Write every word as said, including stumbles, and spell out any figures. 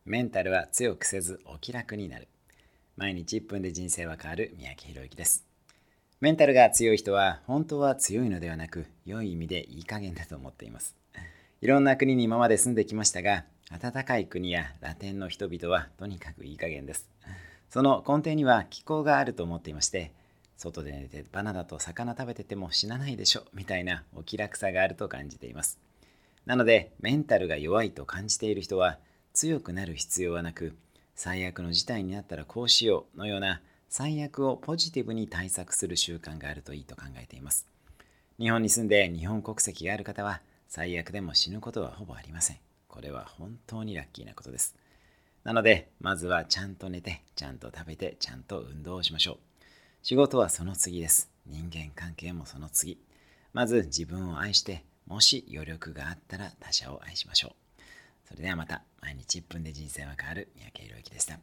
メンタルは強くせずお気楽になる。毎日いっぷんで人生は変わる三宅宏之です。メンタルが強い人は本当は強いのではなく、良い意味でいい加減だと思っています。いろんな国に今まで住んできましたが、暖かい国やラテンの人々はとにかくいい加減です。その根底には気候があると思っていまして、外で寝てバナナと魚食べてても死なないでしょみたいなお気楽さがあると感じています。なので、メンタルが弱いと感じている人は、強くなる必要はなく、最悪の事態になったらこうしようのような最悪をポジティブに対策する習慣があるといいと考えています。日本に住んで日本国籍がある方は、最悪でも死ぬことはほぼありません。これは本当にラッキーなことです。なので、まずはちゃんと寝て、ちゃんと食べて、ちゃんと運動をしましょう。仕事はその次です。人間関係もその次。まず自分を愛して、もし余力があったら他者を愛しましょう。それではまた、毎日いっぷんで人生は変わる三宅宏之でした。